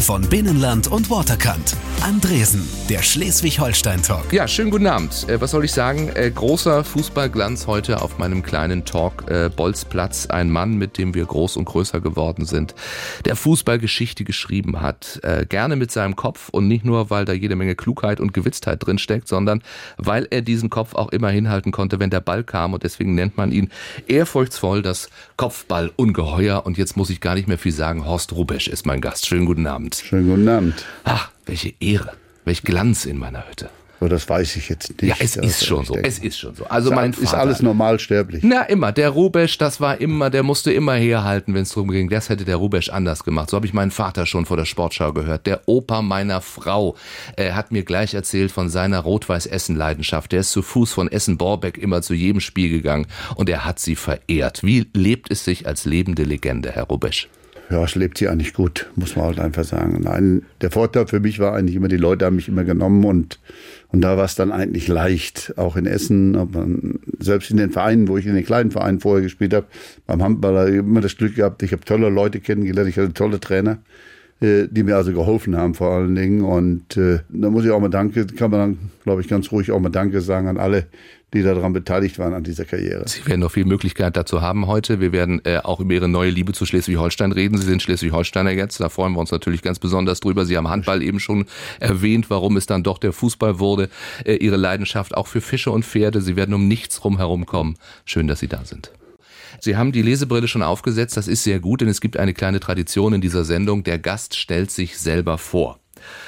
von Binnenland und Waterkant. Andresen, der Schleswig-Holstein-Talk. Ja, schönen guten Abend. Was soll ich sagen? Großer Fußballglanz heute auf meinem kleinen Talk Bolzplatz. Ein Mann, mit dem wir groß und größer geworden sind, der Fußballgeschichte geschrieben hat. Gerne mit seinem Kopf und nicht nur, weil da jede Menge Klugheit und Gewitztheit drinsteckt, sondern weil er diesen Kopf auch immer hinhalten konnte, wenn der Ball kam. Und deswegen nennt man ihn ehrfurchtsvoll das Kopfballungeheuer. Und jetzt muss ich gar nicht mehr viel sagen. Horst Hrubesch ist mein Gast. Schönen guten Abend. Schönen guten Abend. Ach, welche Ehre, welch Glanz in meiner Hütte. So, das weiß ich jetzt nicht. Ja, es ist schon so. Es ist schon so. Also mein Vater. Ist alles normalsterblich. Na, immer. Der Hrubesch, das war immer, der musste immer herhalten, wenn es darum ging. Das hätte der Hrubesch anders gemacht. So habe ich meinen Vater schon vor der Sportschau gehört. Der Opa meiner Frau hat mir gleich erzählt von seiner Rot-Weiß-Essen-Leidenschaft. Der ist zu Fuß von Essen-Borbeck immer zu jedem Spiel gegangen und er hat sie verehrt. Wie lebt es sich als lebende Legende, Herr Hrubesch? Ja, es lebt sie eigentlich gut, muss man halt einfach sagen. Nein, der Vorteil für mich war eigentlich immer, die Leute haben mich immer genommen und da war es dann eigentlich leicht, auch in Essen, aber selbst in den Vereinen, wo ich in den kleinen Vereinen vorher gespielt habe, beim Handball habe ich immer das Glück gehabt, ich habe tolle Leute kennengelernt, ich hatte tolle Trainer, die mir also geholfen haben vor allen Dingen und da muss ich auch mal kann man dann, glaube ich, ganz ruhig auch mal Danke sagen an alle, die daran beteiligt waren an dieser Karriere. Sie werden noch viel Möglichkeit dazu haben heute. Wir werden auch über Ihre neue Liebe zu Schleswig-Holstein reden. Sie sind Schleswig-Holsteiner jetzt. Da freuen wir uns natürlich ganz besonders drüber. Sie haben Handball eben schon erwähnt, warum es dann doch der Fußball wurde. Ihre Leidenschaft auch für Fische und Pferde. Sie werden um nichts herumkommen. Schön, dass Sie da sind. Sie haben die Lesebrille schon aufgesetzt. Das ist sehr gut, denn es gibt eine kleine Tradition in dieser Sendung. Der Gast stellt sich selber vor.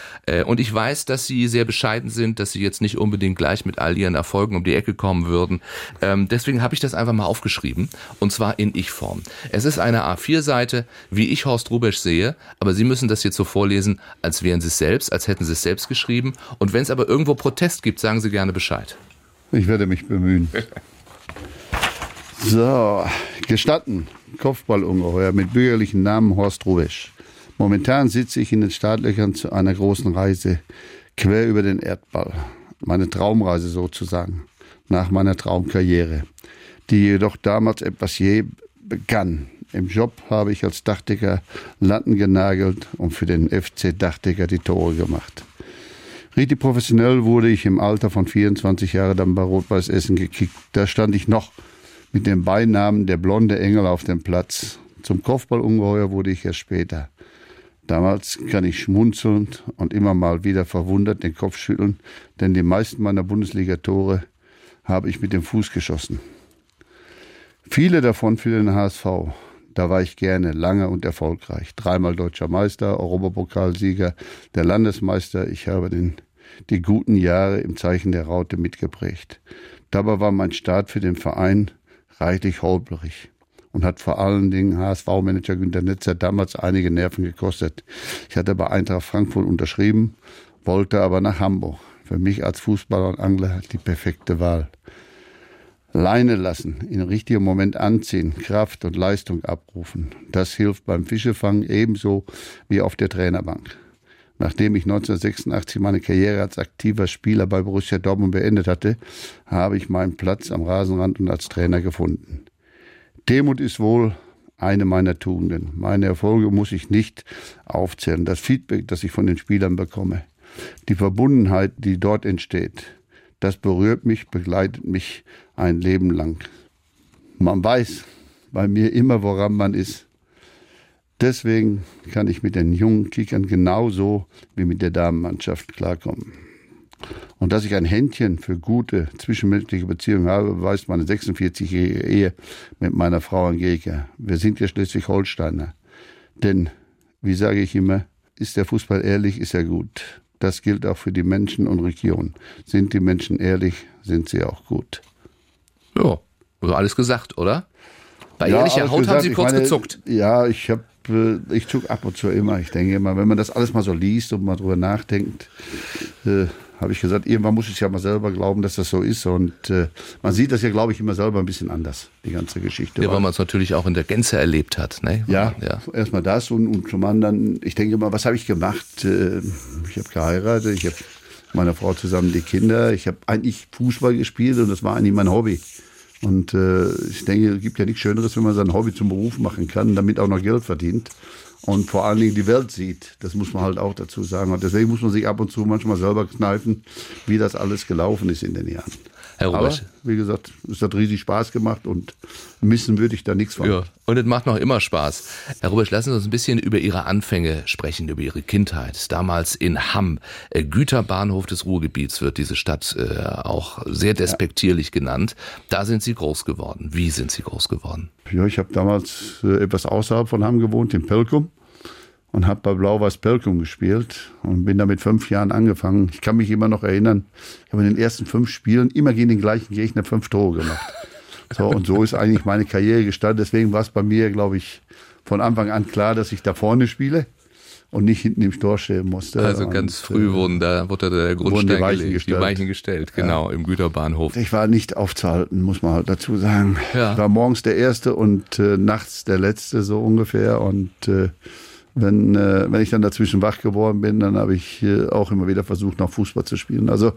Und ich weiß, dass Sie sehr bescheiden sind, dass Sie jetzt nicht unbedingt gleich mit all Ihren Erfolgen um die Ecke kommen würden. Deswegen habe ich das einfach mal aufgeschrieben, und zwar in Ich-Form. Es ist eine A4-Seite, wie ich Horst Hrubesch sehe, aber Sie müssen das jetzt so vorlesen, als wären Sie es selbst, als hätten Sie es selbst geschrieben. Und wenn es aber irgendwo Protest gibt, sagen Sie gerne Bescheid. Ich werde mich bemühen. So, gestatten, Kopfballungeheuer mit bürgerlichen Namen Horst Hrubesch. Momentan sitze ich in den Startlöchern zu einer großen Reise quer über den Erdball. Meine Traumreise sozusagen, nach meiner Traumkarriere, die jedoch damals etwas jäh begann. Im Job habe ich als Dachdecker Latten genagelt und für den FC Dachdecker die Tore gemacht. Richtig professionell wurde ich im Alter von 24 Jahren dann bei Rot-Weiß Essen gekickt. Da stand ich noch mit dem Beinamen der blonde Engel auf dem Platz. Zum Kopfballungeheuer wurde ich erst später. Damals kann ich schmunzelnd und immer mal wieder verwundert den Kopf schütteln, denn die meisten meiner Bundesliga-Tore habe ich mit dem Fuß geschossen. Viele davon für den HSV. Da war ich gerne, lange und erfolgreich. 3-mal Deutscher Meister, Europapokalsieger, der Landesmeister. Ich habe die guten Jahre im Zeichen der Raute mitgeprägt. Dabei war mein Start für den Verein reichlich holprig und hat vor allen Dingen HSV-Manager Günter Netzer damals einige Nerven gekostet. Ich hatte bei Eintracht Frankfurt unterschrieben, wollte aber nach Hamburg. Für mich als Fußballer und Angler die perfekte Wahl. Leine lassen, in richtigem Moment anziehen, Kraft und Leistung abrufen. Das hilft beim Fischefangen ebenso wie auf der Trainerbank. Nachdem ich 1986 meine Karriere als aktiver Spieler bei Borussia Dortmund beendet hatte, habe ich meinen Platz am Rasenrand und als Trainer gefunden. Demut ist wohl eine meiner Tugenden. Meine Erfolge muss ich nicht aufzählen. Das Feedback, das ich von den Spielern bekomme, die Verbundenheit, die dort entsteht, das berührt mich, begleitet mich ein Leben lang. Man weiß bei mir immer, woran man ist. Deswegen kann ich mit den jungen Kickern genauso wie mit der Damenmannschaft klarkommen. Und dass ich ein Händchen für gute zwischenmenschliche Beziehungen habe, beweist meine 46-jährige Ehe mit meiner Frau Angelika. Wir sind ja Schleswig-Holsteiner. Denn, wie sage ich immer, ist der Fußball ehrlich, ist er gut. Das gilt auch für die Menschen und Regionen. Sind die Menschen ehrlich, sind sie auch gut. Ja, also alles gesagt, oder? Bei ehrlicher Haut haben Sie kurz gezuckt. Ja, ich zuck ab und zu immer. Ich denke immer, wenn man das alles mal so liest und mal drüber nachdenkt, habe ich gesagt, irgendwann muss ich ja mal selber glauben, dass das so ist. Und man sieht das ja, glaube ich, immer selber ein bisschen anders, die ganze Geschichte. Ja, weil man es natürlich auch in der Gänze erlebt hat. Ne? Ja, erstmal das und zum anderen, ich denke immer, was habe ich gemacht? Ich habe geheiratet, ich habe mit meiner Frau zusammen die Kinder, ich habe eigentlich Fußball gespielt und das war eigentlich mein Hobby. Und ich denke, es gibt ja nichts Schöneres, wenn man sein Hobby zum Beruf machen kann, damit auch noch Geld verdient und vor allen Dingen die Welt sieht. Das muss man halt auch dazu sagen. Und deswegen muss man sich ab und zu manchmal selber kneifen, wie das alles gelaufen ist in den Jahren. Herr Rubesch. Aber, wie gesagt, es hat riesig Spaß gemacht und missen würde ich da nichts von. Ja, und es macht noch immer Spaß. Herr Rubesch, lassen Sie uns ein bisschen über Ihre Anfänge sprechen, über Ihre Kindheit. Damals in Hamm, Güterbahnhof des Ruhrgebiets wird diese Stadt auch sehr despektierlich genannt. Da sind Sie groß geworden. Wie sind Sie groß geworden? Ja, ich habe damals etwas außerhalb von Hamm gewohnt, in Pelkum. Und habe bei Blau-Weiß Pelkum gespielt und bin da mit 5 Jahren angefangen. Ich kann mich immer noch erinnern, ich habe in den ersten 5 Spielen immer gegen den gleichen Gegner 5 Tore gemacht. So, und so ist eigentlich meine Karriere gestartet. Deswegen war es bei mir, glaube ich, von Anfang an klar, dass ich da vorne spiele und nicht hinten im Tor stehen musste. Also ganz früh wurde der Grundstein gelegt, die Weichen gestellt, genau, ja. Im Güterbahnhof. Ich war nicht aufzuhalten, muss man halt dazu sagen. Ja. Ich war morgens der Erste und nachts der Letzte, so ungefähr. Und wenn ich dann dazwischen wach geworden bin, dann habe ich auch immer wieder versucht, noch Fußball zu spielen. Also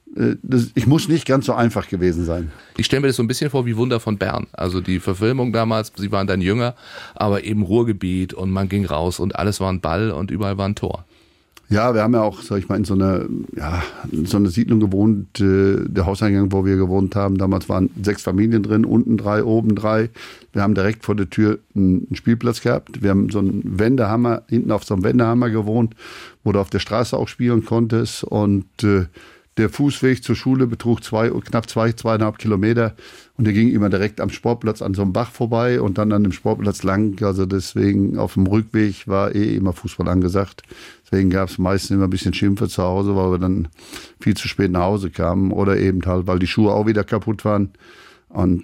ich muss nicht ganz so einfach gewesen sein. Ich stelle mir das so ein bisschen vor wie Wunder von Bern. Also die Verfilmung damals, Sie waren dann jünger, aber eben Ruhrgebiet und man ging raus und alles war ein Ball und überall war ein Tor. Ja, wir haben ja auch, sag ich mal, in so einer Siedlung gewohnt, der Hauseingang, wo wir gewohnt haben. Damals waren 6 Familien drin, unten 3, oben 3. Wir haben direkt vor der Tür einen Spielplatz gehabt. Wir haben so einen Wendehammer, hinten auf so einem Wendehammer gewohnt, wo du auf der Straße auch spielen konntest. Und der Fußweg zur Schule betrug knapp 2,5 Kilometer. Und der ging immer direkt am Sportplatz an so einem Bach vorbei und dann an dem Sportplatz lang. Also deswegen auf dem Rückweg war immer Fußball angesagt. Deswegen gab es meistens immer ein bisschen Schimpfe zu Hause, weil wir dann viel zu spät nach Hause kamen. Oder eben halt, weil die Schuhe auch wieder kaputt waren. Und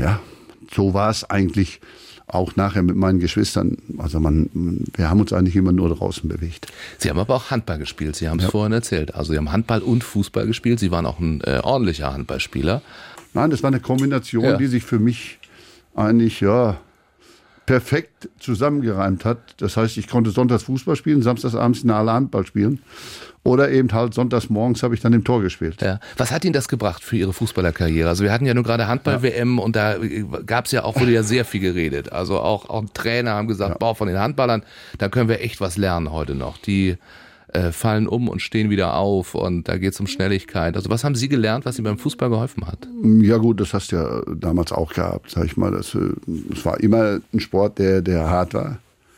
so war es eigentlich auch nachher mit meinen Geschwistern. Also wir haben uns eigentlich immer nur draußen bewegt. Sie haben aber auch Handball gespielt, Sie haben es vorhin erzählt. Also Sie haben Handball und Fußball gespielt. Sie waren auch ein ordentlicher Handballspieler. Nein, das war eine Kombination, die sich für mich eigentlich perfekt zusammengereimt hat. Das heißt, ich konnte sonntags Fußball spielen, samstags abends in der Halle Handball spielen. Oder eben halt sonntags morgens habe ich dann im Tor gespielt. Ja. Was hat Ihnen das gebracht für Ihre Fußballerkarriere? Also wir hatten ja nur gerade Handball-WM und da wurde ja sehr viel geredet. Also auch Trainer haben gesagt, von den Handballern, da können wir echt was lernen heute noch. Die fallen um und stehen wieder auf und da geht es um Schnelligkeit. Also was haben Sie gelernt, was Ihnen beim Fußball geholfen hat? Ja gut, das hast du ja damals auch gehabt, sag ich mal. Das war immer ein Sport, der hart war.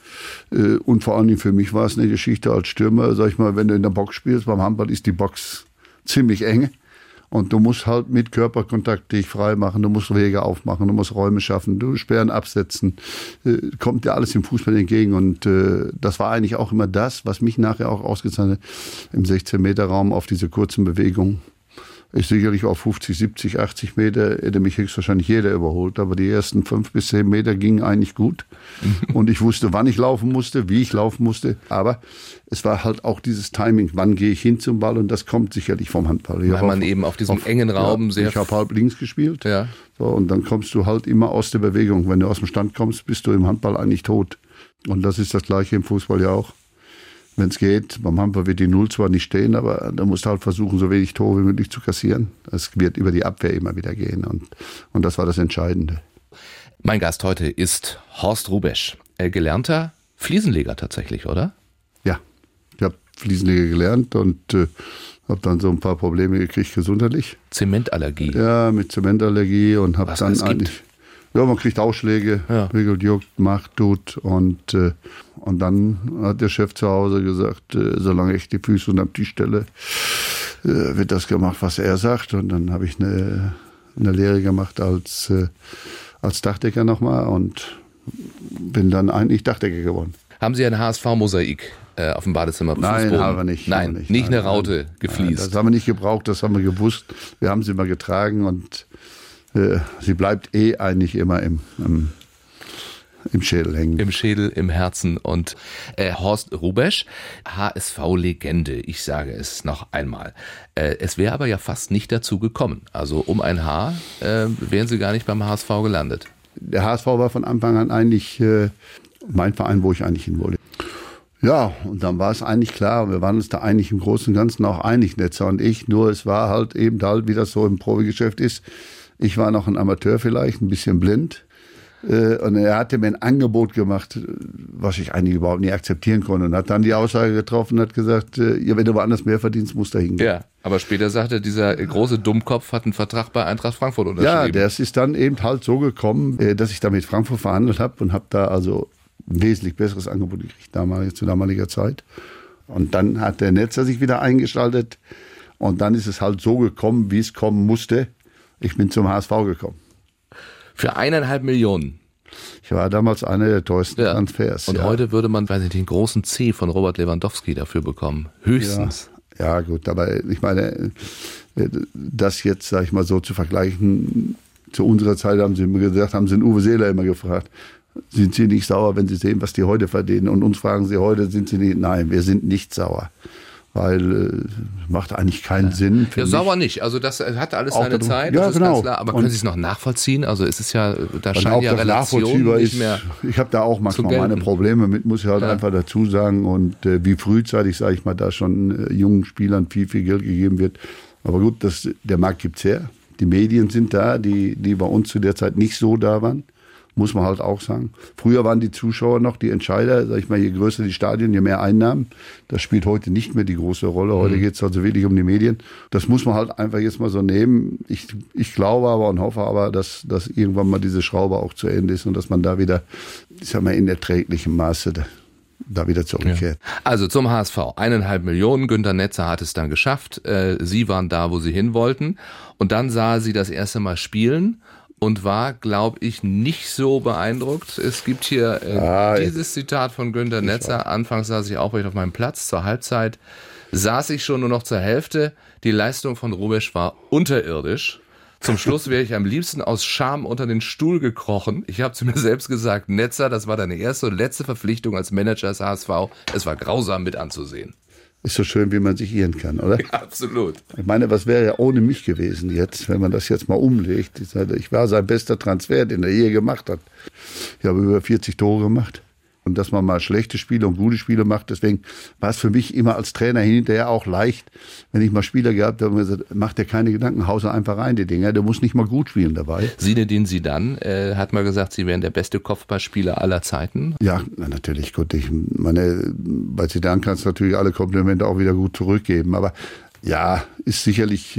Und vor allen Dingen für mich war es eine Geschichte als Stürmer, sag ich mal, wenn du in der Box spielst, beim Handball ist die Box ziemlich eng. Und du musst halt mit Körperkontakt dich frei machen, du musst Wege aufmachen, du musst Räume schaffen, du Sperren absetzen. Kommt dir alles im Fußball entgegen. Und das war eigentlich auch immer das, was mich nachher auch ausgezeichnet hat, im 16-Meter-Raum auf diese kurzen Bewegungen. Ich sicherlich auf 50, 70, 80 Meter hätte mich höchstwahrscheinlich jeder überholt. Aber die ersten 5 bis 10 Meter gingen eigentlich gut. Und ich wusste, wann ich laufen musste, wie ich laufen musste. Aber es war halt auch dieses Timing. Wann gehe ich hin zum Ball? Und das kommt sicherlich vom Handball. Weil man eben auf diesem engen Raum sehr... Ich habe halb links gespielt. Ja. So, und dann kommst du halt immer aus der Bewegung. Wenn du aus dem Stand kommst, bist du im Handball eigentlich tot. Und das ist das Gleiche im Fußball ja auch. Wenn es geht, beim Handball wird die Null zwar nicht stehen, aber da musst du halt versuchen, so wenig Tore wie möglich zu kassieren. Es wird über die Abwehr immer wieder gehen und das war das Entscheidende. Mein Gast heute ist Horst Rubesch, gelernter Fliesenleger tatsächlich, oder? Ja, ich habe Fliesenleger gelernt und habe dann so ein paar Probleme gekriegt gesundheitlich. Zementallergie? Ja, mit Zementallergie und habe dann eigentlich... Ja, man kriegt Ausschläge, regelt, juckt, macht, tut und dann hat der Chef zu Hause gesagt, solange ich die Füße unterm Tisch stelle, wird das gemacht, was er sagt. Und dann habe ich eine Lehre gemacht als Dachdecker nochmal und bin dann eigentlich Dachdecker geworden. Haben Sie ein HSV-Mosaik auf dem Badezimmer? Nein, haben wir nicht. Nein, nicht eine Raute gefliest. Das haben wir nicht gebraucht, das haben wir gewusst. Wir haben sie immer getragen und sie bleibt eigentlich immer im Schädel hängen. Im Schädel, im Herzen. Und Horst Rubesch, HSV-Legende, ich sage es noch einmal. Es wäre aber ja fast nicht dazu gekommen. Also um ein Haar wären Sie gar nicht beim HSV gelandet. Der HSV war von Anfang an eigentlich mein Verein, wo ich eigentlich hin wollte. Ja, und dann war es eigentlich klar, wir waren uns da eigentlich im Großen und Ganzen auch einig, Netzer und ich. Nur es war halt eben halt, wie das so im Profigeschäft ist, Ich war noch ein Amateur vielleicht, ein bisschen blind. Und er hatte mir ein Angebot gemacht, was ich eigentlich überhaupt nicht akzeptieren konnte. Und hat dann die Aussage getroffen und hat gesagt, ja, wenn du woanders mehr verdienst, musst du da hingehen. Ja, aber später sagte dieser große Dummkopf hat einen Vertrag bei Eintracht Frankfurt unterschrieben. Ja, das ist dann eben halt so gekommen, dass ich da mit Frankfurt verhandelt habe und habe da also ein wesentlich besseres Angebot gekriegt zu damaliger Zeit. Und dann hat der Netzer sich wieder eingeschaltet und dann ist es halt so gekommen, wie es kommen musste. Ich bin zum HSV gekommen. Für 1,5 Millionen. Ich war damals einer der teuersten Transfers. Und heute würde man, weiß nicht, den großen C von Robert Lewandowski dafür bekommen. Höchstens. Ja gut, aber ich meine, das jetzt, sag ich mal, so zu vergleichen, zu unserer Zeit haben sie immer gesagt, haben sie den Uwe Seeler immer gefragt, sind Sie nicht sauer, wenn Sie sehen, was die heute verdienen? Und uns fragen Sie heute, sind Sie nicht? Nein, wir sind nicht sauer. Weil macht eigentlich keinen Sinn. Ja, sauer nicht. Also das hat alles seine Zeit, das ist ganz klar. Aber können Sie es noch nachvollziehen? Also es ist ja, da scheint ja Relation nicht mehr. Ich habe da auch manchmal meine Probleme mit, muss ich halt einfach dazu sagen. Und wie frühzeitig, sage ich mal, da schon jungen Spielern viel Geld gegeben wird. Aber gut, der Markt gibt's her. Die Medien sind da, die bei uns zu der Zeit nicht so da waren. Muss man halt auch sagen. Früher waren die Zuschauer noch die Entscheider. Sag ich mal, je größer die Stadien, je mehr Einnahmen. Das spielt heute nicht mehr die große Rolle. Heute geht es also wirklich um die Medien. Das muss man halt einfach jetzt mal so nehmen. Ich glaube aber und hoffe aber, dass irgendwann mal diese Schraube auch zu Ende ist und dass man da wieder, ich sag mal, in erträglichem Maße da wieder zurückkehrt. Ja. Also zum HSV. 1,5 Millionen. Günter Netzer hat es dann geschafft. Sie waren da, wo sie hin wollten. Und dann sah sie das erste Mal spielen. Und war, glaube ich, nicht so beeindruckt. Es gibt hier dieses Zitat von Günter Netzer. Anfangs saß ich aufrecht auf meinem Platz. Zur Halbzeit saß ich schon nur noch zur Hälfte. Die Leistung von Hrubesch war unterirdisch. Zum Schluss wäre ich am liebsten aus Scham unter den Stuhl gekrochen. Ich habe zu mir selbst gesagt, Netzer, das war deine erste und letzte Verpflichtung als Manager des HSV. Es war grausam mit anzusehen. Ist so schön, wie man sich irren kann, oder? Ja, absolut. Ich meine, was wäre ja ohne mich gewesen jetzt, wenn man das jetzt mal umlegt? Ich war sein bester Transfer, den er je gemacht hat. Ich habe über 40 Tore gemacht. Und dass man mal schlechte Spiele und gute Spiele macht, deswegen war es für mich immer als Trainer hinterher auch leicht, wenn ich mal Spieler gehabt habe, gesagt, macht dir keine Gedanken, hause einfach rein die Dinger, der muss nicht mal gut spielen dabei. Zinedine Zidane hat mal gesagt, Sie wären der beste Kopfballspieler aller Zeiten. Ja, natürlich, gut, ich meine, bei Zidane kannst du natürlich alle Komplimente auch wieder gut zurückgeben, aber ja, ist sicherlich,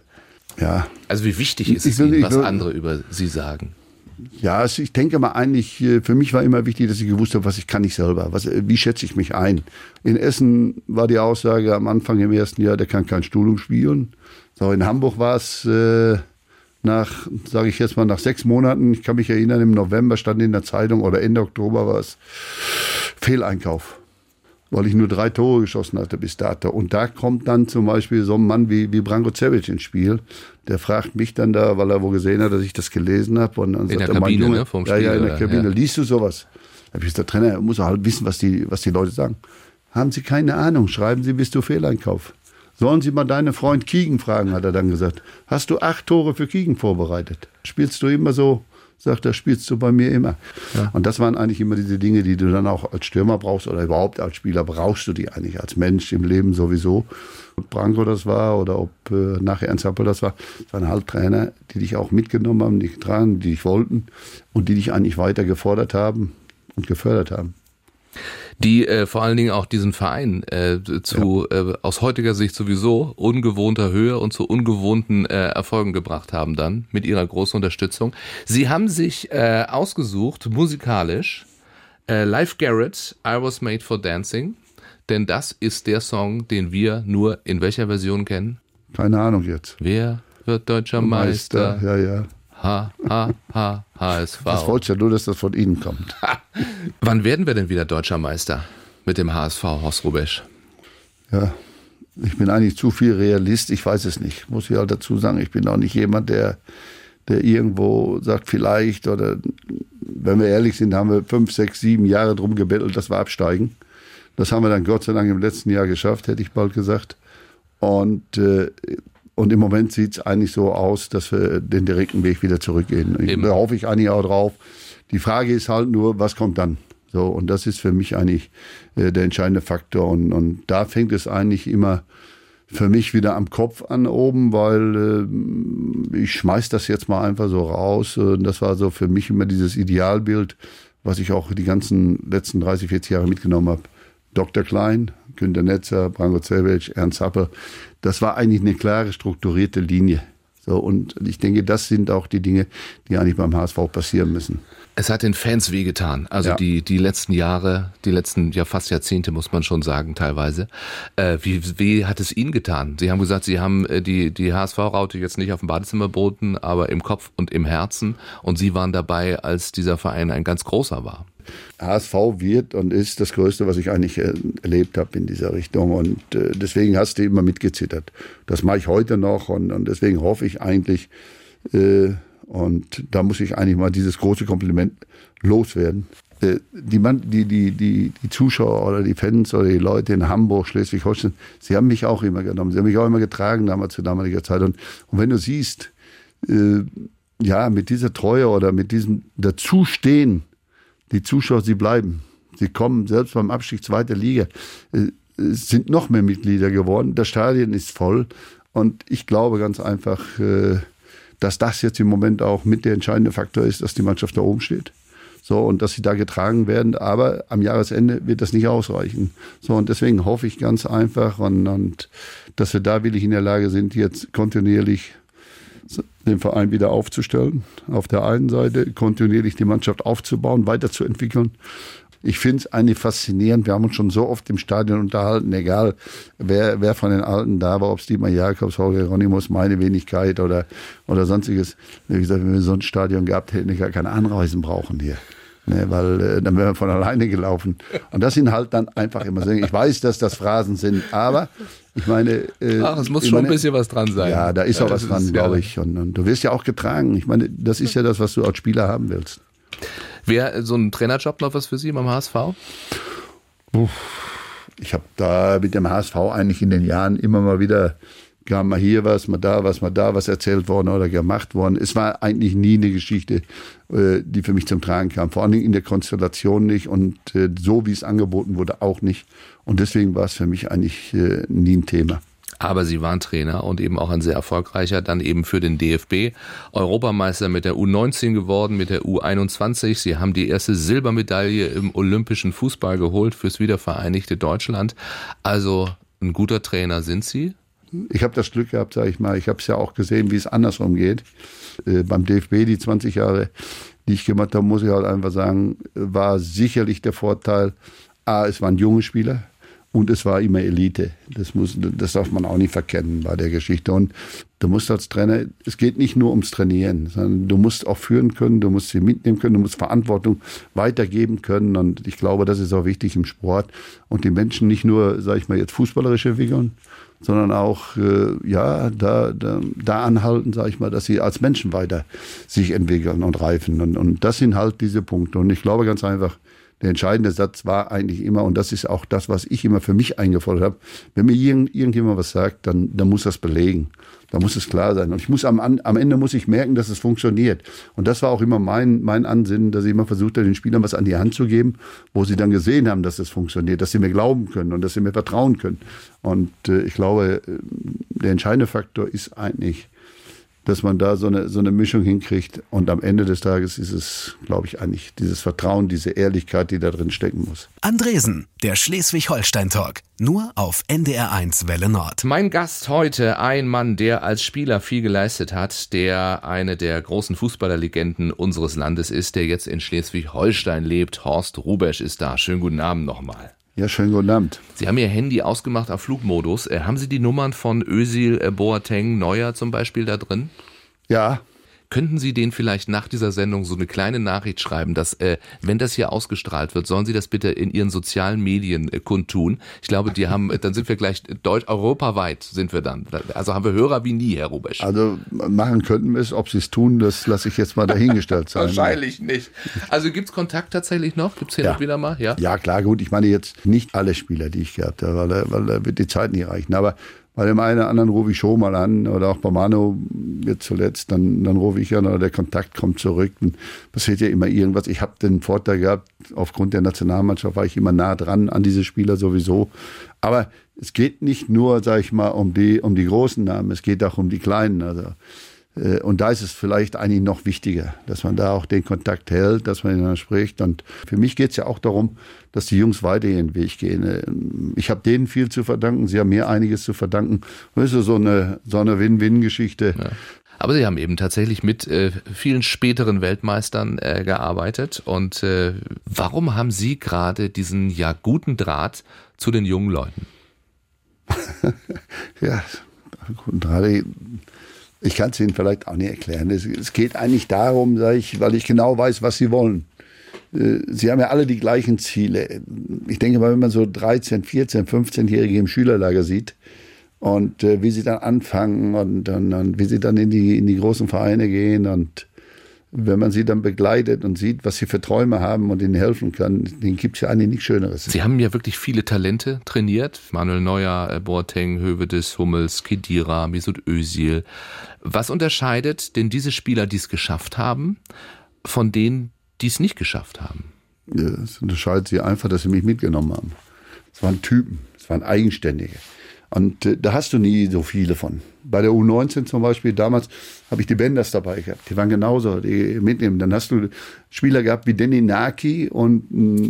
ja. Also wie wichtig ist es Ihnen, was andere über Sie sagen? Ja, also ich denke mal eigentlich, für mich war immer wichtig, dass ich gewusst habe, was ich kann ich selber, wie schätze ich mich ein. In Essen war die Aussage am Anfang im ersten Jahr, der kann kein Sturm spielen. So, in Hamburg war es nach 6 Monaten, ich kann mich erinnern, im November stand in der Zeitung oder Ende Oktober war es Fehleinkauf, weil ich nur 3 Tore geschossen hatte bis dato. Und da kommt dann zum Beispiel so ein Mann wie Branko Cevic ins Spiel. Der fragt mich dann da, weil er wohl gesehen hat, dass ich das gelesen habe. Und dann in der Kabine, Junge, ne, vom Spiel? Ja, in der Kabine. Ja. Liest du sowas? Da habe ich gesagt, der Trainer muss halt wissen, was die Leute sagen. Haben Sie keine Ahnung? Schreiben Sie, bist du Fehleinkauf. Sollen Sie mal deinen Freund Kiegen fragen, hat er dann gesagt. Hast du 8 Tore für Kiegen vorbereitet? Spielst du immer so? Sagt er, spielst du bei mir immer. Ja. Und das waren eigentlich immer diese Dinge, die du dann auch als Stürmer brauchst oder überhaupt als Spieler brauchst du die eigentlich als Mensch im Leben sowieso. Ob Branko das war oder ob nachher Ernst Happel das waren halt Trainer, die dich auch mitgenommen haben, die getragen, die dich wollten und die dich eigentlich weiter gefordert haben und gefördert haben. Die vor allen Dingen auch diesen Verein aus heutiger Sicht sowieso ungewohnter Höhe und zu ungewohnten Erfolgen gebracht haben dann mit ihrer großen Unterstützung. Sie haben sich ausgesucht, musikalisch, Live Garrett, I Was Made for Dancing, denn das ist der Song, den wir nur in welcher Version kennen? Keine Ahnung jetzt. Wer wird deutscher Meister? Ja, ja. HSV. Das wollte ich ja nur, dass das von Ihnen kommt. Wann werden wir denn wieder deutscher Meister mit dem HSV, Horst Hrubesch? Ja, ich bin eigentlich zu viel Realist, ich weiß es nicht. Muss ich halt dazu sagen, ich bin auch nicht jemand, der irgendwo sagt vielleicht, oder wenn wir ehrlich sind, haben wir 5, 6, 7 Jahre drum gebettelt, dass wir absteigen. Das haben wir dann Gott sei Dank im letzten Jahr geschafft, hätte ich bald gesagt. Und im Moment sieht es eigentlich so aus, dass wir den direkten Weg wieder zurückgehen. Da hoffe ich eigentlich auch drauf. Die Frage ist halt nur, was kommt dann? So, und das ist für mich eigentlich der entscheidende Faktor. Und da fängt es eigentlich immer für mich wieder am Kopf an oben, weil ich schmeiß das jetzt mal einfach so raus. Das war so für mich immer dieses Idealbild, was ich auch die ganzen letzten 30, 40 Jahre mitgenommen habe. Dr. Klein, Günter Netzer, Branko Cevic, Ernst Happel. Das war eigentlich eine klare, strukturierte Linie. So, und ich denke, das sind auch die Dinge, die eigentlich beim HSV passieren müssen. Es hat den Fans wehgetan. Also ja. die letzten Jahre, die letzten fast Jahrzehnte, muss man schon sagen, teilweise. Wie hat es Ihnen getan? Sie haben gesagt, Sie haben die HSV-Raute jetzt nicht auf dem Badezimmerboden, aber im Kopf und im Herzen. Und Sie waren dabei, als dieser Verein ein ganz großer war. HSV wird und ist das Größte, was ich eigentlich erlebt habe in dieser Richtung. Und deswegen hast du immer mitgezittert. Das mache ich heute noch und deswegen hoffe ich eigentlich, und da muss ich eigentlich mal dieses große Kompliment loswerden. Die Zuschauer oder die Fans oder die Leute in Hamburg, Schleswig-Holstein, sie haben mich auch immer genommen. Sie haben mich auch immer getragen damals zu damaliger Zeit. Und wenn du siehst, mit dieser Treue oder mit diesem Dazustehen, die Zuschauer, sie bleiben. Sie kommen selbst beim Abstieg 2. Liga. Es sind noch mehr Mitglieder geworden. Das Stadion ist voll. Und ich glaube ganz einfach, dass das jetzt im Moment auch mit der entscheidende Faktor ist, dass die Mannschaft da oben steht. So, und dass sie da getragen werden. Aber am Jahresende wird das nicht ausreichen. So, und deswegen hoffe ich ganz einfach, und dass wir da wirklich in der Lage sind, jetzt kontinuierlich den Verein wieder aufzustellen. Auf der einen Seite kontinuierlich die Mannschaft aufzubauen, weiterzuentwickeln. Ich finde es eigentlich faszinierend. Wir haben uns schon so oft im Stadion unterhalten, egal wer von den Alten da war, ob es Dietmar Jakobs, Jorge Hieronymus, meine Wenigkeit oder sonstiges. Wie gesagt, wenn wir so ein Stadion gehabt hätten, ich gar keine Anreisen brauchen hier. Ne, weil dann wären wir von alleine gelaufen. Und das sind halt dann einfach immer so. Ich weiß, dass das Phrasen sind, aber ich meine... es muss schon ein bisschen was dran sein. Ja, da ist auch was dran, glaube ich. Und du wirst ja auch getragen. Ich meine, das ist ja das, was du als Spieler haben willst. Wäre so ein Trainerjob noch was für Sie beim HSV? Ich habe da mit dem HSV eigentlich in den Jahren immer mal wieder, kam mal hier was, mal da was erzählt worden oder gemacht worden. Es war eigentlich nie eine Geschichte, die für mich zum Tragen kam. Vor allem in der Konstellation nicht und so, wie es angeboten wurde, auch nicht. Und deswegen war es für mich eigentlich nie ein Thema. Aber Sie waren Trainer und eben auch ein sehr erfolgreicher, dann eben für den DFB. Europameister mit der U19 geworden, mit der U21. Sie haben die erste Silbermedaille im olympischen Fußball geholt fürs wiedervereinigte Deutschland. Also ein guter Trainer sind Sie? Ich habe das Glück gehabt, sage ich mal. Ich habe es ja auch gesehen, wie es andersrum geht. Beim DFB, die 20 Jahre, die ich gemacht habe, muss ich halt einfach sagen, war sicherlich der Vorteil, es waren junge Spieler. Und es war immer Elite. Das darf man auch nicht verkennen bei der Geschichte. Und du musst als Trainer, es geht nicht nur ums Trainieren, sondern du musst auch führen können, du musst sie mitnehmen können, du musst Verantwortung weitergeben können. Und ich glaube, das ist auch wichtig im Sport. Und die Menschen nicht nur, sage ich mal, jetzt fußballerisch entwickeln, sondern auch da anhalten, sage ich mal, dass sie als Menschen weiter sich entwickeln und reifen. Und das sind halt diese Punkte. Und ich glaube ganz einfach, der entscheidende Satz war eigentlich immer, und das ist auch das, was ich immer für mich eingefordert habe, wenn mir irgendjemand was sagt, dann muss das belegen. Da muss es klar sein. Und ich muss am Ende muss ich merken, dass es funktioniert. Und das war auch immer mein Ansinnen, dass ich immer versucht habe, den Spielern was an die Hand zu geben, wo sie dann gesehen haben, dass es funktioniert, dass sie mir glauben können und dass sie mir vertrauen können. Und ich glaube, der entscheidende Faktor ist eigentlich, dass man da so eine Mischung hinkriegt. Und am Ende des Tages ist es, glaube ich, eigentlich dieses Vertrauen, diese Ehrlichkeit, die da drin stecken muss. Andresen, der Schleswig-Holstein-Talk. Nur auf NDR1 Welle Nord. Mein Gast heute, ein Mann, der als Spieler viel geleistet hat, der eine der großen Fußballerlegenden unseres Landes ist, der jetzt in Schleswig-Holstein lebt. Horst Hrubesch ist da. Schönen guten Abend nochmal. Ja, schönen guten Abend. Sie haben Ihr Handy ausgemacht auf Flugmodus. Haben Sie die Nummern von Özil, Boateng, Neuer zum Beispiel da drin? Ja. Könnten Sie denen vielleicht nach dieser Sendung so eine kleine Nachricht schreiben, dass, wenn das hier ausgestrahlt wird, sollen Sie das bitte in Ihren sozialen Medien kundtun? Ich glaube, dann sind wir gleich europaweit sind wir dann. Also haben wir Hörer wie nie, Herr Hrubesch. Also machen könnten wir es, ob Sie es tun, das lasse ich jetzt mal dahingestellt sein. Wahrscheinlich nicht. Also gibt es Kontakt tatsächlich noch? Gibt es hin und wieder mal? Ja, klar, gut. Ich meine jetzt nicht alle Spieler, die ich gehabt habe, weil da wird die Zeit nicht reichen. Aber bei dem einen oder anderen rufe ich schon mal an oder auch bei Manu jetzt zuletzt, dann rufe ich an oder der Kontakt kommt zurück. Dann passiert ja immer irgendwas. Ich habe den Vorteil gehabt, aufgrund der Nationalmannschaft war ich immer nah dran an diese Spieler sowieso. Aber es geht nicht nur, sag ich mal, um die großen Namen, es geht auch um die kleinen. Also, und da ist es vielleicht eigentlich noch wichtiger, dass man da auch den Kontakt hält, dass man miteinander spricht. Und für mich geht es ja auch darum, dass die Jungs weiter ihren Weg gehen. Ich habe denen viel zu verdanken, sie haben mir einiges zu verdanken. Das ist so eine Win-Win-Geschichte. Ja. Aber Sie haben eben tatsächlich mit vielen späteren Weltmeistern gearbeitet. Und warum haben Sie gerade diesen guten Draht zu den jungen Leuten? Ja, guten Draht. Ich kann es Ihnen vielleicht auch nicht erklären. Es geht eigentlich darum, weil ich genau weiß, was Sie wollen. Sie haben ja alle die gleichen Ziele. Ich denke mal, wenn man so 13, 14, 15-Jährige im Schülerlager sieht und wie sie dann anfangen und wie sie dann in die großen Vereine gehen und wenn man sie dann begleitet und sieht, was sie für Träume haben und ihnen helfen kann, denen gibt es ja eigentlich nichts Schöneres. Sie haben ja wirklich viele Talente trainiert. Manuel Neuer, Boateng, Höwedes, Hummels, Khedira, Mesut Özil. Was unterscheidet denn diese Spieler, die es geschafft haben, von denen, die es nicht geschafft haben? Ja, es unterscheidet sie einfach, dass sie mich mitgenommen haben. Es waren Typen, es waren Eigenständige. Und da hast du nie so viele von. Bei der U19 zum Beispiel, damals habe ich die Benders dabei gehabt. Die waren genauso, die mitnehmen. Dann hast du Spieler gehabt wie Danny Naki und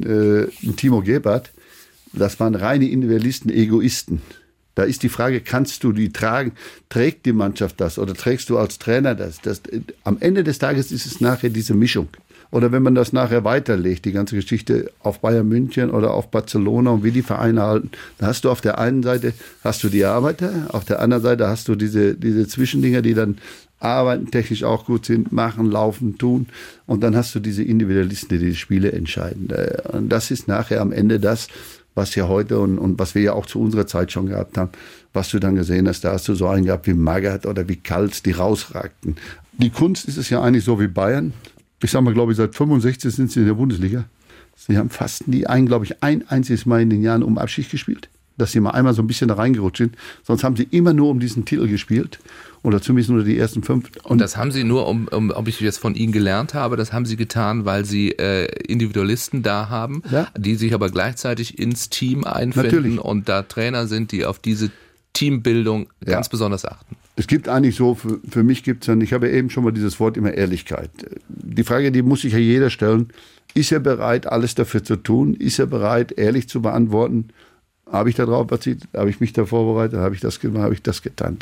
Timo Gebhardt. Das waren reine Individualisten, Egoisten. Da ist die Frage, kannst du die tragen? Trägt die Mannschaft das oder trägst du als Trainer das? Am Ende des Tages ist es nachher diese Mischung. Oder wenn man das nachher weiterlegt, die ganze Geschichte auf Bayern München oder auf Barcelona und wie die Vereine halten, da hast du auf der einen Seite hast du die Arbeiter, auf der anderen Seite hast du diese Zwischendinger, die dann arbeiten, technisch auch gut sind, machen, laufen, tun. Und dann hast du diese Individualisten, die Spiele entscheiden. Und das ist nachher am Ende das, was ja heute und was wir ja auch zu unserer Zeit schon gehabt haben, was du dann gesehen hast, da hast du so einen gehabt wie Magath oder wie Kals, die rausragten. Die Kunst ist es ja eigentlich so wie Bayern. Ich sage mal, glaube ich, seit 65 sind sie in der Bundesliga. Sie haben fast nie ein einziges Mal in den Jahren um Abschied gespielt. Dass sie mal einmal so ein bisschen da reingerutscht sind. Sonst haben sie immer nur um diesen Titel gespielt. Oder zumindest nur die ersten 5. Und das haben sie nur, ob ich jetzt von Ihnen gelernt habe, das haben sie getan, weil sie Individualisten da haben, die sich aber gleichzeitig ins Team einfinden. Natürlich. Und da Trainer sind, die auf diese Teambildung ganz besonders achten. Es gibt eigentlich so, für mich gibt es dann, ich habe ja eben schon mal dieses Wort immer Ehrlichkeit. Die Frage, die muss sich ja jeder stellen, ist er bereit, alles dafür zu tun? Ist er bereit, ehrlich zu beantworten? Habe ich da drauf verzichtet? Habe ich mich da vorbereitet? Habe ich das gemacht? Habe ich das getan?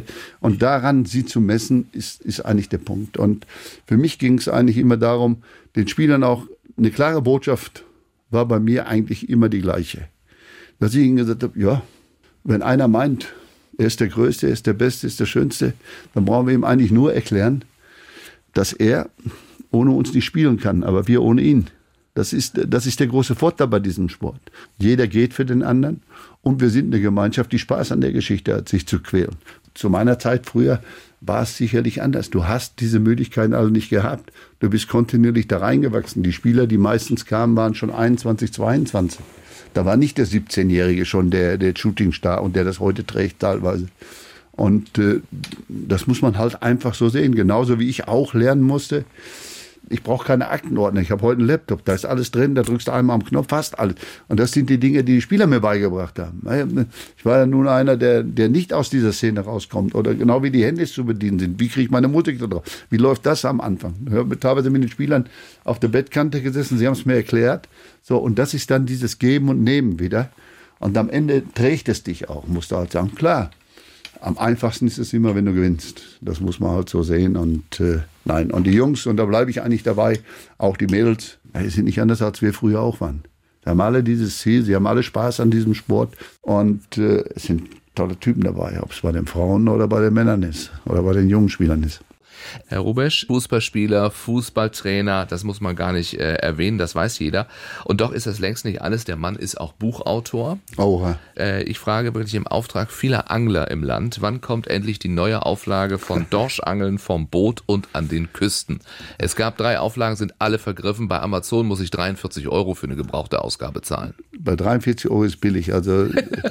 Und daran sie zu messen, ist eigentlich der Punkt. Und für mich ging es eigentlich immer darum, den Spielern auch eine klare Botschaft war bei mir eigentlich immer die gleiche. Dass ich ihnen gesagt habe, ja, wenn einer meint, er ist der Größte, er ist der Beste, er ist der Schönste, dann brauchen wir ihm eigentlich nur erklären, dass er ohne uns nicht spielen kann, aber wir ohne ihn. Das ist der große Vorteil bei diesem Sport. Jeder geht für den anderen und wir sind eine Gemeinschaft, die Spaß an der Geschichte hat, sich zu quälen. Zu meiner Zeit früher war es sicherlich anders. Du hast diese Möglichkeiten alle nicht gehabt. Du bist kontinuierlich da reingewachsen. Die Spieler, die meistens kamen, waren schon 21, 22. Da war nicht der 17-Jährige schon der Shootingstar und der das heute trägt teilweise. Und das muss man halt einfach so sehen. Genauso wie ich auch lernen musste. Ich brauche keine Aktenordner. Ich habe heute einen Laptop, da ist alles drin, da drückst du einmal am Knopf, fast alles. Und das sind die Dinge, die Spieler mir beigebracht haben. Ich war ja nun einer, der nicht aus dieser Szene rauskommt. Oder genau wie die Handys zu bedienen sind. Wie kriege ich meine Musik da drauf? Wie läuft das am Anfang? Ich habe teilweise mit den Spielern auf der Bettkante gesessen, sie haben es mir erklärt. So, und das ist dann dieses Geben und Nehmen wieder. Und am Ende trägt es dich auch, musst du halt sagen. Klar, am einfachsten ist es immer, wenn du gewinnst. Das muss man halt so sehen. Und nein, und die Jungs, und da bleibe ich eigentlich dabei, auch die Mädels, die sind nicht anders, als wir früher auch waren. Sie haben alle dieses Ziel, sie haben alle Spaß an diesem Sport. Und es sind tolle Typen dabei, ob es bei den Frauen oder bei den Männern ist oder bei den jungen Spielern ist. Herr Hrubesch, Fußballspieler, Fußballtrainer, das muss man gar nicht erwähnen, das weiß jeder. Und doch ist das längst nicht alles. Der Mann ist auch Buchautor. Oha. Ich frage wirklich im Auftrag vieler Angler im Land, wann kommt endlich die neue Auflage von Dorschangeln vom Boot und an den Küsten? Es gab 3 Auflagen, sind alle vergriffen. Bei Amazon muss ich 43 € für eine gebrauchte Ausgabe zahlen. Bei 43 € ist billig. Also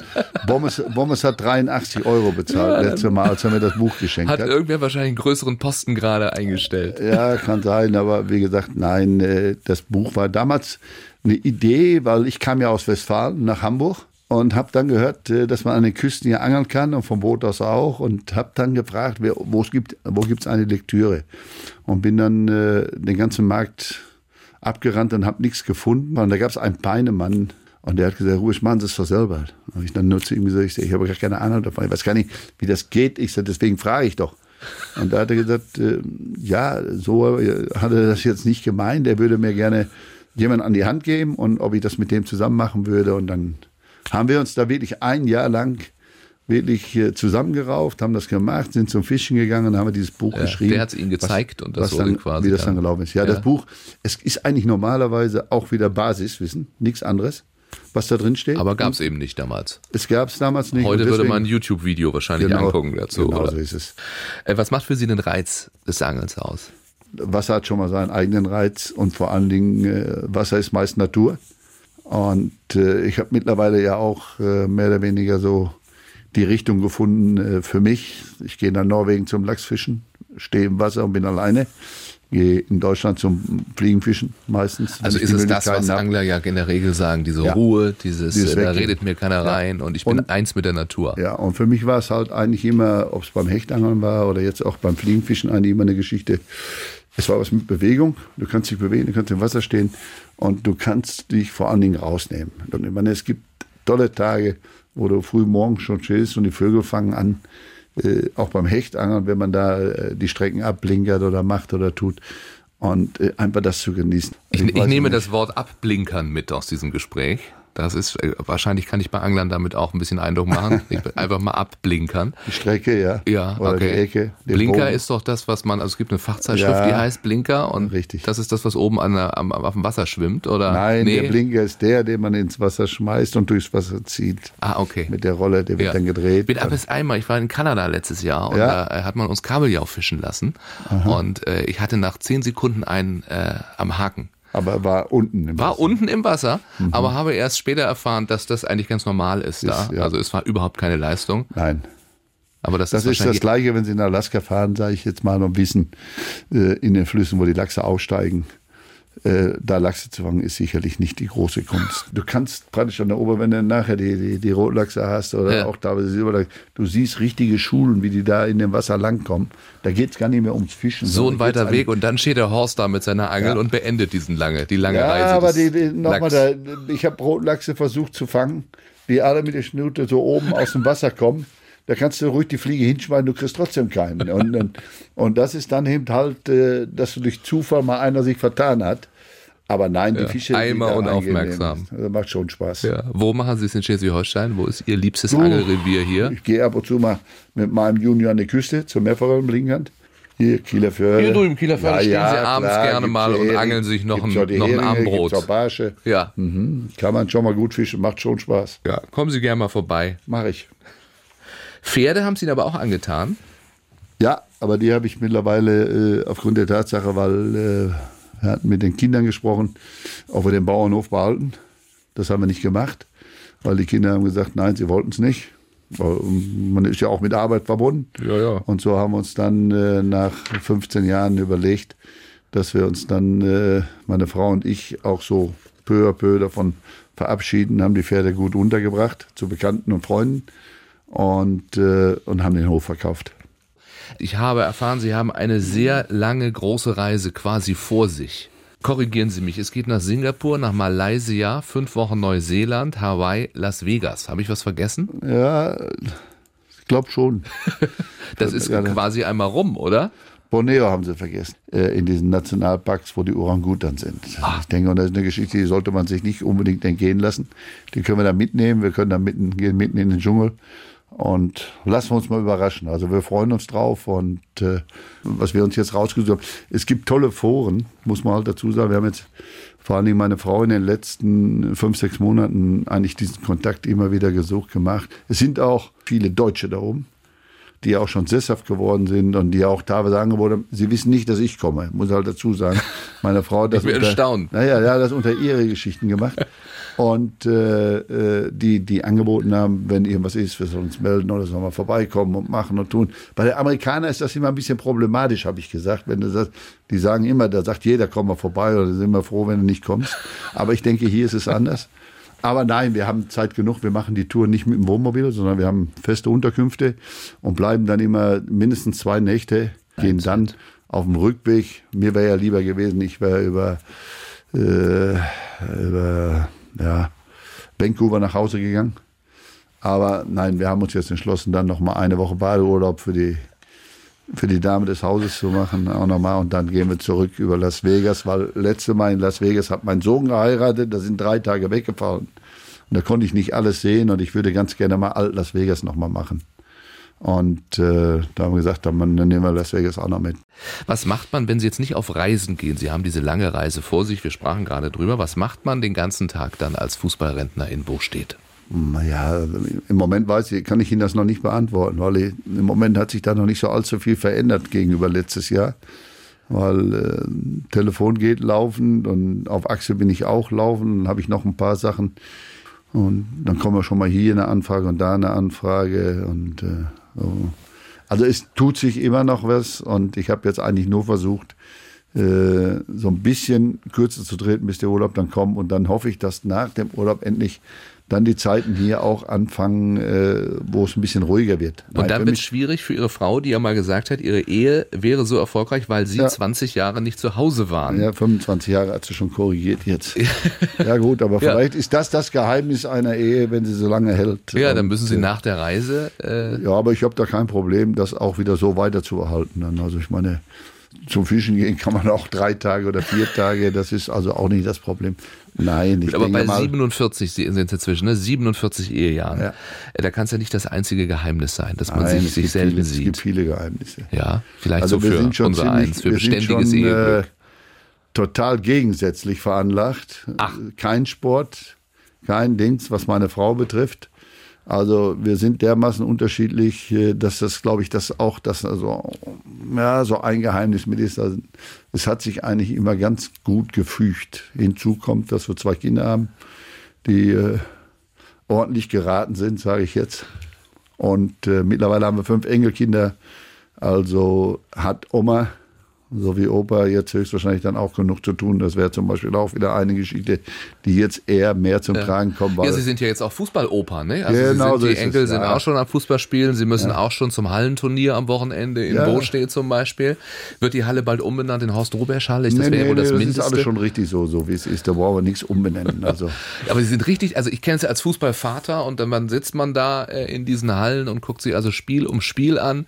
Bommes hat 83 € bezahlt, letztes Mal, als er mir das Buch geschenkt hat. Hat irgendwer wahrscheinlich einen größeren Posten gerade eingestellt. Ja, kann sein, aber wie gesagt, nein, das Buch war damals eine Idee, weil ich kam ja aus Westfalen nach Hamburg und habe dann gehört, dass man an den Küsten hier angeln kann und vom Boot aus auch und habe dann gefragt, wo gibt's eine Lektüre, und bin dann den ganzen Markt abgerannt und habe nichts gefunden. Und da gab es einen Peinemann und der hat gesagt, ruhig, machen Sie es doch selber. Und habe ich dann nur zu ihm gesagt, ich habe gar keine Ahnung davon, ich weiß gar nicht, wie das geht. Ich sage, deswegen frage ich doch. Und da hat er gesagt, ja, so hat er das jetzt nicht gemeint. Er würde mir gerne jemanden an die Hand geben und ob ich das mit dem zusammen machen würde. Und dann haben wir uns da wirklich ein Jahr lang wirklich zusammengerauft, haben das gemacht, sind zum Fischen gegangen und haben wir dieses Buch geschrieben. Der hat es Ihnen gezeigt und das dann, quasi. Wie das dann gelaufen ist. Ja, das Buch, es ist eigentlich normalerweise auch wieder Basiswissen, nichts anderes, was da drin steht. Aber gab es eben nicht damals. Es gab es damals nicht. Heute würde man ein YouTube-Video wahrscheinlich angucken dazu. Genau oder? So ist es. Was macht für Sie den Reiz des Angelns aus? Wasser hat schon mal seinen eigenen Reiz und vor allen Dingen Wasser ist meist Natur. Und ich habe mittlerweile ja auch mehr oder weniger so die Richtung gefunden für mich. Ich gehe nach Norwegen zum Lachsfischen, stehe im Wasser und bin alleine. Gehe in Deutschland zum Fliegenfischen meistens. Also ist es das, was Angler ja in der Regel sagen, diese Ruhe, dieses da redet mir keiner rein und ich bin eins mit der Natur. Ja, und für mich war es halt eigentlich immer, ob es beim Hechtangeln war oder jetzt auch beim Fliegenfischen, eigentlich immer eine Geschichte. Es war was mit Bewegung. Du kannst dich bewegen, du kannst im Wasser stehen und du kannst dich vor allen Dingen rausnehmen. Und ich meine, es gibt tolle Tage, wo du früh morgens schon chillst und die Vögel fangen an, auch beim Hechtangeln, wenn man da die Strecken abblinkert oder macht oder tut und einfach das zu genießen. Ich nehme das Wort abblinkern mit aus diesem Gespräch. Das ist, wahrscheinlich kann ich bei Anglern damit auch ein bisschen Eindruck machen. Einfach mal abblinkern. Die Strecke, ja. Ja, oder okay. Die Ecke. Blinker Bogen. ist doch das, was man, also es gibt eine Fachzeitschrift, die heißt Blinker und richtig. Das ist das, was oben auf dem Wasser schwimmt, oder? Nein, der Blinker ist der, den man ins Wasser schmeißt und durchs Wasser zieht. Ah, okay. Mit der Rolle, der wird dann gedreht. Ich war in Kanada letztes Jahr und da hat man uns Kabeljau fischen lassen. Aha. Und ich hatte nach 10 Sekunden einen am Haken. Aber war unten im Wasser. War unten im Wasser, aber habe erst später erfahren, dass das eigentlich ganz normal ist da. Ja. Also es war überhaupt keine Leistung. Nein. Aber das ist das Gleiche, wenn Sie in Alaska fahren, sage ich jetzt mal, und wissen, in den Flüssen, wo die Lachse aussteigen, da Lachse zu fangen, ist sicherlich nicht die große Kunst. Du kannst praktisch an der Oberwände nachher die Rotlachse hast oder auch da Silberlachse, du siehst richtige Schulen, wie die da in dem Wasser langkommen. Da geht es gar nicht mehr ums Fischen. So ein weiter Weg und dann steht der Horst da mit seiner Angel und beendet die lange Reise. Ja, aber ich habe Rotlachse versucht zu fangen, die alle mit der Schnute so oben aus dem Wasser kommen. Da kannst du ruhig die Fliege hinschmeißen, du kriegst trotzdem keinen. Und das ist dann eben halt, dass du durch Zufall mal einer sich vertan hat. Aber nein, die Fische... Einmal und aufmerksam. Das macht schon Spaß. Ja. Wo machen Sie es in Schleswig-Holstein? Wo ist Ihr liebstes Angelrevier hier? Ich gehe ab und zu mal mit meinem Junior an die Küste zur Meerforellenblinkern. Hier, Kieler Förde. Hier drüben, Kieler Förde, stehen Sie abends gerne mal und angeln sich noch ein Armbrot. Gibt's auch Barsche. Ja. Kann man schon mal gut fischen, macht schon Spaß. Ja, kommen Sie gerne mal vorbei. Mach ich. Pferde haben Sie Ihnen aber auch angetan? Ja, aber die habe ich mittlerweile aufgrund der Tatsache, weil wir hatten mit den Kindern gesprochen, ob wir den Bauernhof behalten. Das haben wir nicht gemacht, weil die Kinder haben gesagt, nein, sie wollten es nicht. Man ist ja auch mit Arbeit verbunden. Ja. Und so haben wir uns dann nach 15 Jahren überlegt, dass wir uns dann, meine Frau und ich, auch so peu à peu davon verabschieden, haben die Pferde gut untergebracht zu Bekannten und Freunden. Und haben den Hof verkauft. Ich habe erfahren, Sie haben eine sehr lange, große Reise quasi vor sich. Korrigieren Sie mich, es geht nach Singapur, nach Malaysia, 5 Wochen Neuseeland, Hawaii, Las Vegas. Habe ich was vergessen? Ja, ich glaube schon. Das ist quasi einmal rum, oder? Borneo haben Sie vergessen, in diesen Nationalparks, wo die Orangutans sind. Ich denke, und das ist eine Geschichte, die sollte man sich nicht unbedingt entgehen lassen. Die können wir da mitnehmen, wir können da gehen mitten in den Dschungel und lassen wir uns mal überraschen. Also wir freuen uns drauf und was wir uns jetzt rausgesucht haben, es gibt tolle Foren, muss man halt dazu sagen. Wir haben jetzt vor allen Dingen meine Frau in den letzten 5-6 Monaten eigentlich diesen Kontakt immer wieder gesucht, gemacht. Es sind auch viele Deutsche da oben, die auch schon sesshaft geworden sind und die auch teilweise angeboten haben, sie wissen nicht, dass ich komme, muss halt dazu sagen. Meine Frau hat das das unter ihre Geschichten gemacht. Und die angeboten haben, wenn irgendwas ist, wir sollen uns melden oder sollen wir vorbeikommen und machen und tun. Bei den Amerikanern ist das immer ein bisschen problematisch, habe ich gesagt. Wenn du sagst, die sagen immer, da sagt jeder, komm mal vorbei oder sind wir froh, wenn du nicht kommst. Aber ich denke, hier ist es anders. Aber nein, wir haben Zeit genug. Wir machen die Tour nicht mit dem Wohnmobil, sondern wir haben feste Unterkünfte und bleiben dann immer mindestens 2 Nächte, gehen dann auf dem Rückweg. Mir wäre ja lieber gewesen, ich wäre über Vancouver nach Hause gegangen. Aber nein, wir haben uns jetzt entschlossen, dann nochmal eine Woche Badeurlaub für die Dame des Hauses zu machen, auch nochmal. Und dann gehen wir zurück über Las Vegas, weil letzte Mal in Las Vegas hat mein Sohn geheiratet, da sind 3 Tage weggefallen. Und da konnte ich nicht alles sehen und ich würde ganz gerne mal alt Las Vegas nochmal machen. Und da haben wir gesagt, dann nehmen wir Las Vegas auch noch mit. Was macht man, wenn Sie jetzt nicht auf Reisen gehen? Sie haben diese lange Reise vor sich, wir sprachen gerade drüber. Was macht man den ganzen Tag dann als Fußballrentner in Bostedt? Naja, im Moment kann ich Ihnen das noch nicht beantworten, weil im Moment hat sich da noch nicht so allzu viel verändert gegenüber letztes Jahr. Weil Telefon geht laufend und auf Achse bin ich auch laufend, dann habe ich noch ein paar Sachen. Und dann kommen wir schon mal hier eine Anfrage und da eine Anfrage. Und so. Also es tut sich immer noch was und ich habe jetzt eigentlich nur versucht, so ein bisschen kürzer zu treten, bis der Urlaub dann kommt. Und dann hoffe ich, dass nach dem Urlaub endlich dann die Zeiten hier auch anfangen, wo es ein bisschen ruhiger wird. Und dann wird es schwierig für Ihre Frau, die ja mal gesagt hat, ihre Ehe wäre so erfolgreich, weil Sie 20 Jahre nicht zu Hause waren. Ja, 25 Jahre hat sie schon korrigiert jetzt. Ja gut, aber vielleicht ist das Geheimnis einer Ehe, wenn sie so lange hält. Ja, dann müssen Sie nach der Reise... Ja, aber ich habe da kein Problem, das auch wieder so weiterzubehalten. Also ich meine... Zum Fischen gehen kann man auch 3 Tage oder 4 Tage, das ist also auch nicht das Problem. Nein, ich aber denke bei mal, 47 sind Sie inzwischen, ne? 47 Ehejahren. Ja. Da kann es ja nicht das einzige Geheimnis sein, dass man sich selten sieht. Es gibt viele Geheimnisse. Ja, vielleicht also so für unser Eins, für beständiges Eheglück. Total gegensätzlich veranlagt. Ach. Kein Sport, kein Dings, was meine Frau betrifft. Also wir sind dermaßen unterschiedlich, dass das, glaube ich, so ein Geheimnis mit ist. Also, es hat sich eigentlich immer ganz gut gefügt. Hinzu kommt, dass wir 2 Kinder haben, die ordentlich geraten sind, sage ich jetzt. Und mittlerweile haben wir 5 Enkelkinder. Also hat Oma so wie Opa jetzt höchstwahrscheinlich dann auch genug zu tun. Das wäre zum Beispiel auch wieder eine Geschichte, die jetzt eher mehr zum Tragen kommt. Ja, Sie sind ja jetzt auch Fußballopa, ne? Also genau, die Enkel sind auch schon am Fußballspielen. Sie müssen auch schon zum Hallenturnier am Wochenende in Bostedt zum Beispiel. Wird die Halle bald umbenannt in Horst-Rubesch-Halle? Das wäre wohl das Mindeste. Das ist alles schon richtig so wie es ist. Da brauchen wir nichts umbenennen. Also. Aber Sie sind richtig, also ich kenne es ja als Fußballvater und dann sitzt man da in diesen Hallen und guckt sich also Spiel um Spiel an,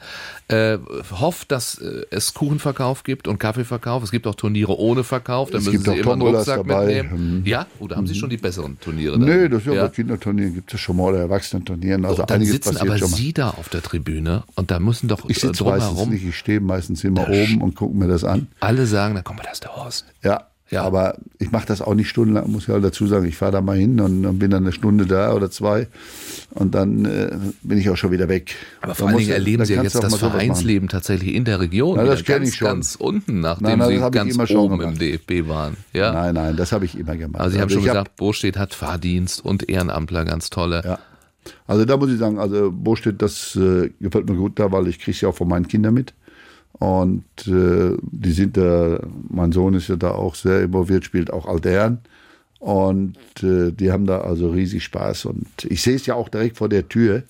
hofft, dass es Kuchenverkauf gibt und Kaffeeverkauf. Es gibt auch Turniere ohne Verkauf. Dann müssen Sie immer einen Rucksack mitnehmen. Ja? Oder haben Sie schon die besseren Turniere? Nee, das ist ja bei Kinderturnieren gibt es schon mal, oder Erwachsenenturnieren. Also dann sitzen aber Sie da auf der Tribüne und da müssen doch ich sitze meistens nicht, ich stehe meistens immer oben und gucke mir das an. Alle sagen, dann komm mal, das ist der Horst. Ja, aber ich mache das auch nicht stundenlang, muss ich halt dazu sagen. Ich fahre da mal hin und bin dann 1 Stunde da oder 2 und dann bin ich auch schon wieder weg. Aber vor allen Dingen erleben Sie ja jetzt das Vereinsleben tatsächlich in der Region. Na, das kenne ich schon. Ganz unten, nachdem Sie ganz oben im DFB waren. Ja? Nein, das habe ich immer gemacht. Also Sie haben schon gesagt, Bostedt hat Fahrdienst und Ehrenamtler, ganz tolle. Ja. Also da muss ich sagen, also Bostedt, das gefällt mir gut da, weil ich kriege es ja auch von meinen Kindern mit. Und die sind da, mein Sohn ist ja da auch sehr involviert, spielt auch Altherren. Und die haben da also riesig Spaß. Und ich sehe es ja auch direkt vor der Tür,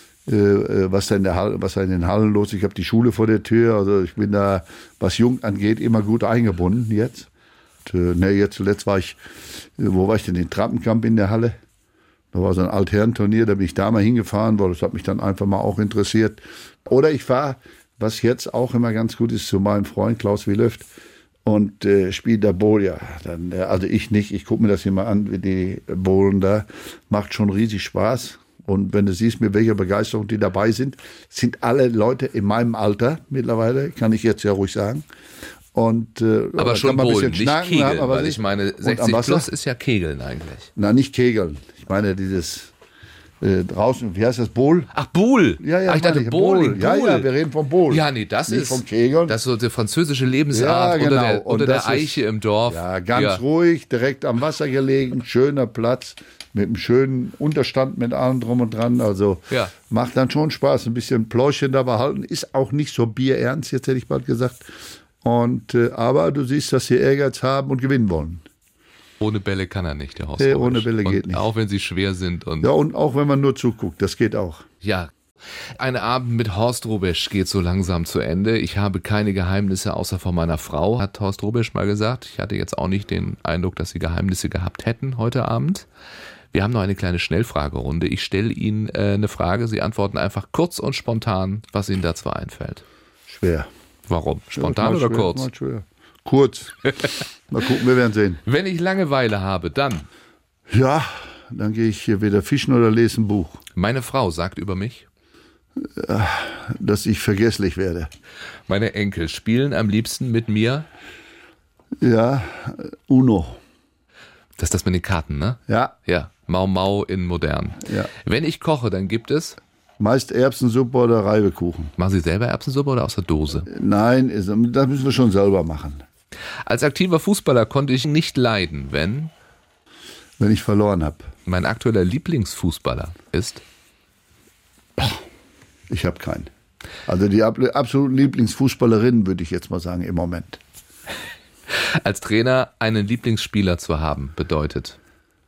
was da in den Hallen los ist. Ich habe die Schule vor der Tür, also ich bin da, was Jugend angeht, immer gut eingebunden jetzt. Und, jetzt zuletzt wo war ich denn, in Trappenkamp in der Halle? Da war so ein Altherrenturnier, da bin ich da mal hingefahren, weil das hat mich dann einfach mal auch interessiert. Oder ich fahre, was jetzt auch immer ganz gut ist, zu meinem Freund Klaus Willöft und spielt da Bowl. Ja, also ich nicht, ich gucke mir das hier mal an, wie die bowlen da. Macht schon riesig Spaß. Und wenn du siehst, mit welcher Begeisterung die dabei sind alle Leute in meinem Alter mittlerweile, kann ich jetzt ja ruhig sagen. Und, aber schon Bowlen, nicht Kegeln, aber weil ich meine, 60 plus ist ja Kegeln eigentlich. Na, nicht Kegeln. Ich meine dieses... draußen, wie heißt das, Bowl? Ach, Bowl. Ja, ich dachte Bowling. Ja, wir reden vom Bowl. Ja, nee, das nicht ist vom Kegeln. Das ist so die französische Lebensart unter der Eiche im Dorf. Ja, ganz ruhig, direkt am Wasser gelegen, schöner Platz, mit einem schönen Unterstand mit allem drum und dran. Also macht dann schon Spaß, ein bisschen Pläuschen da behalten. Ist auch nicht so bierernst, jetzt hätte ich bald gesagt. Und aber du siehst, dass sie Ehrgeiz haben und gewinnen wollen. Ohne Bälle kann er nicht, der Horst Nee, Hrubesch. ohne Bälle geht nicht. Auch wenn sie schwer sind. Ja, und auch wenn man nur zuguckt, das geht auch. Ja, ein Abend mit Horst Hrubesch geht so langsam zu Ende. Ich habe keine Geheimnisse außer von meiner Frau, hat Horst Hrubesch mal gesagt. Ich hatte jetzt auch nicht den Eindruck, dass sie Geheimnisse gehabt hätten heute Abend. Wir haben noch eine kleine Schnellfragerunde. Ich stelle Ihnen eine Frage. Sie antworten einfach kurz und spontan, was Ihnen dazu einfällt. Schwer. Warum? Spontan Mal oder schwer, kurz? mal schwer. Kurz. Mal gucken, wir werden sehen. Wenn ich Langeweile habe, dann. Ja, dann gehe ich hier wieder fischen oder lese ein Buch, Meine Frau sagt über mich. dass ich vergesslich werde. Meine Enkel spielen am liebsten mit mir. Ja, Uno. Das ist das mit den Karten, ne? Ja, Ja, Mau Mau in modern. ja. Wenn ich koche, dann gibt es. Meist Erbsensuppe oder Reibekuchen. Machen Sie selber Erbsensuppe oder aus der Dose? Nein, das müssen wir schon selber machen. Als aktiver Fußballer konnte ich nicht leiden, wenn Wenn ich verloren habe. mein aktueller Lieblingsfußballer ist. Ich habe keinen. Also die absoluten Lieblingsfußballerin, würde ich jetzt mal sagen, im Moment. Als Trainer einen Lieblingsspieler zu haben, bedeutet.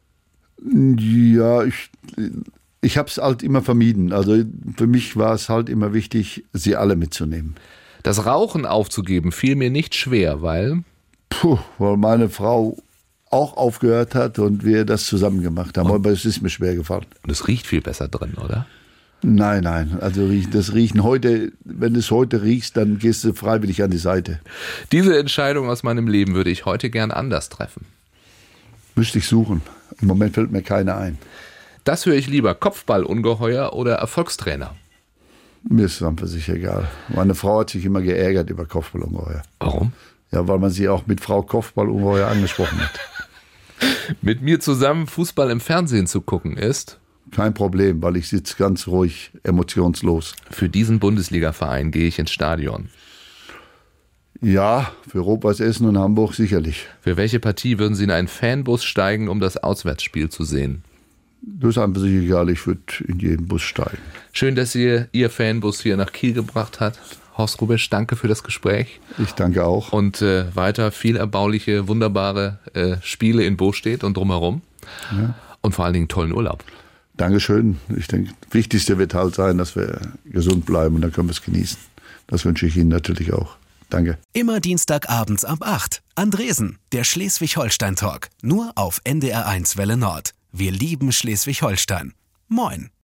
Ja, ich habe es halt immer vermieden. Also für mich war es halt immer wichtig, sie alle mitzunehmen. Das Rauchen aufzugeben fiel mir nicht schwer, weil. Weil meine Frau auch aufgehört hat und wir das zusammen gemacht haben. Aber es ist mir schwer gefallen. Und es riecht viel besser drin, oder? Nein, also das Riechen heute, wenn du es heute riechst, dann gehst du freiwillig an die Seite. Diese Entscheidung aus meinem Leben würde ich heute gern anders treffen. Müsste ich suchen. Im Moment fällt mir keine ein. Das höre ich lieber, Kopfballungeheuer oder Erfolgstrainer. Mir ist es einfach sicher egal. Meine Frau hat sich immer geärgert über Kopfballungeheuer. Warum? Ja, weil man sie auch mit Frau Kopfballungeheuer angesprochen hat. Mit mir zusammen Fußball im Fernsehen zu gucken ist. Kein Problem, weil ich sitze ganz ruhig, emotionslos. Für diesen Bundesliga-Verein gehe ich ins Stadion. Ja, für Rot-Weiß Essen und Hamburg sicherlich. Für welche Partie würden Sie in einen Fanbus steigen, um das Auswärtsspiel zu sehen? Das ist einfach sicher egal, ich würde in jeden Bus steigen. Schön, dass Ihr Fanbus hier nach Kiel gebracht hat. Horst Hrubesch, danke für das Gespräch. Ich danke auch. Und weiter viel erbauliche, wunderbare Spiele in Bostedt und drumherum. Ja. Und vor allen Dingen tollen Urlaub. Dankeschön. Ich denke, das Wichtigste wird halt sein, dass wir gesund bleiben und dann können wir es genießen. Das wünsche ich Ihnen natürlich auch. Danke. Immer Dienstagabends ab 8. Andresen, der Schleswig-Holstein-Talk. Nur auf NDR1 Welle Nord. Wir lieben Schleswig-Holstein. Moin.